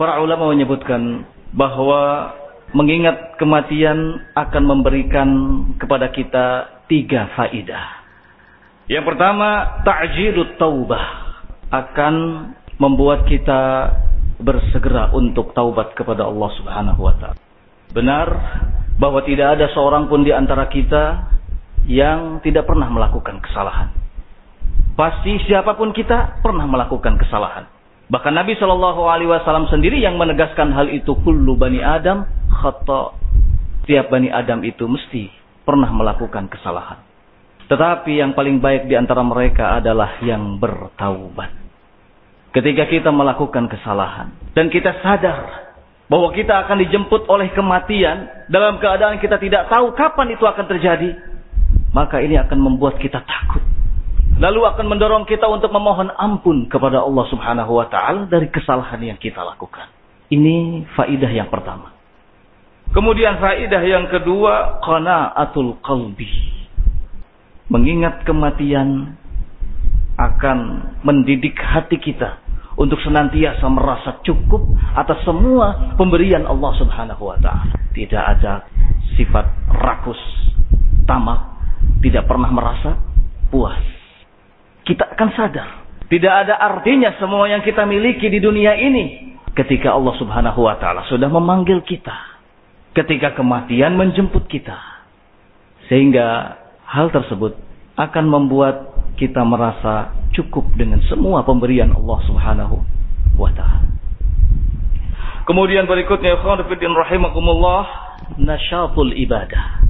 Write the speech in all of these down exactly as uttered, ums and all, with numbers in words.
Para ulama menyebutkan bahwa mengingat kematian akan memberikan kepada kita tiga faidah. Yang pertama, ta'jilut taubah, akan membuat kita bersegera untuk taubat kepada Allah Subhanahu wa taala. Benar bahwa tidak ada seorang pun di antara kita yang tidak pernah melakukan kesalahan. Pasti siapapun kita pernah melakukan kesalahan. Bahkan Nabi shallallahu alaihi wasallam sendiri yang menegaskan hal itu, kullu bani Adam khata'. Tiap bani Adam itu mesti pernah melakukan kesalahan. Tetapi yang paling baik di antara mereka adalah yang bertaubat. Ketika kita melakukan kesalahan dan kita sadar bahwa kita akan dijemput oleh kematian dalam keadaan kita tidak tahu kapan itu akan terjadi, maka ini akan membuat kita takut. Lalu akan mendorong kita untuk memohon ampun kepada Allah Subhanahu wa taala dari kesalahan yang kita lakukan. Ini faidah yang pertama. Kemudian faidah yang kedua, qana'atul qalbi. Mengingat kematian akan mendidik hati kita untuk senantiasa merasa cukup atas semua pemberian Allah Subhanahu wa taala. Tidak ada sifat rakus, tamak, tidak pernah merasa puas. Kita akan sadar, tidak ada artinya semua yang kita miliki di dunia ini ketika Allah Subhanahu wa taala sudah memanggil kita, ketika kematian menjemput kita. Sehingga hal tersebut akan membuat kita merasa cukup dengan semua pemberian Allah Subhanahu wa taala. Kemudian berikutnya, ikhwan fillah rahimakumullah, nasyatul ibadah.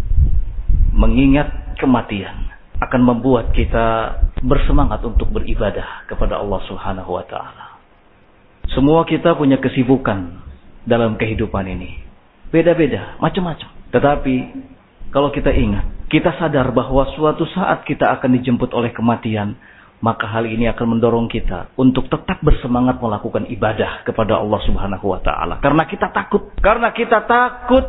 Mengingat kematian akan membuat kita bersemangat untuk beribadah kepada Allah Subhanahu wa taala. Semua kita punya kesibukan dalam kehidupan ini. Beda-beda, macam-macam. Tetapi kalau kita ingat, kita sadar bahwa suatu saat kita akan dijemput oleh kematian, maka hal ini akan mendorong kita untuk tetap bersemangat melakukan ibadah kepada Allah Subhanahu wa taala. Karena kita takut, karena kita takut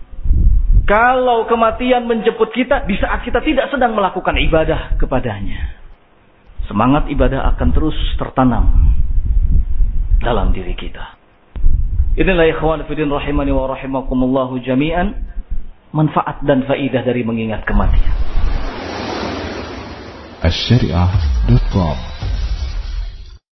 kalau kematian menjemput kita di saat kita tidak sedang melakukan ibadah kepadanya. Semangat ibadah akan terus tertanam dalam diri kita. Inilah ikhwan fillah rahimani wa rahimakumullahu jami'an, manfaat dan faidah dari mengingat kematian. asyariah dot com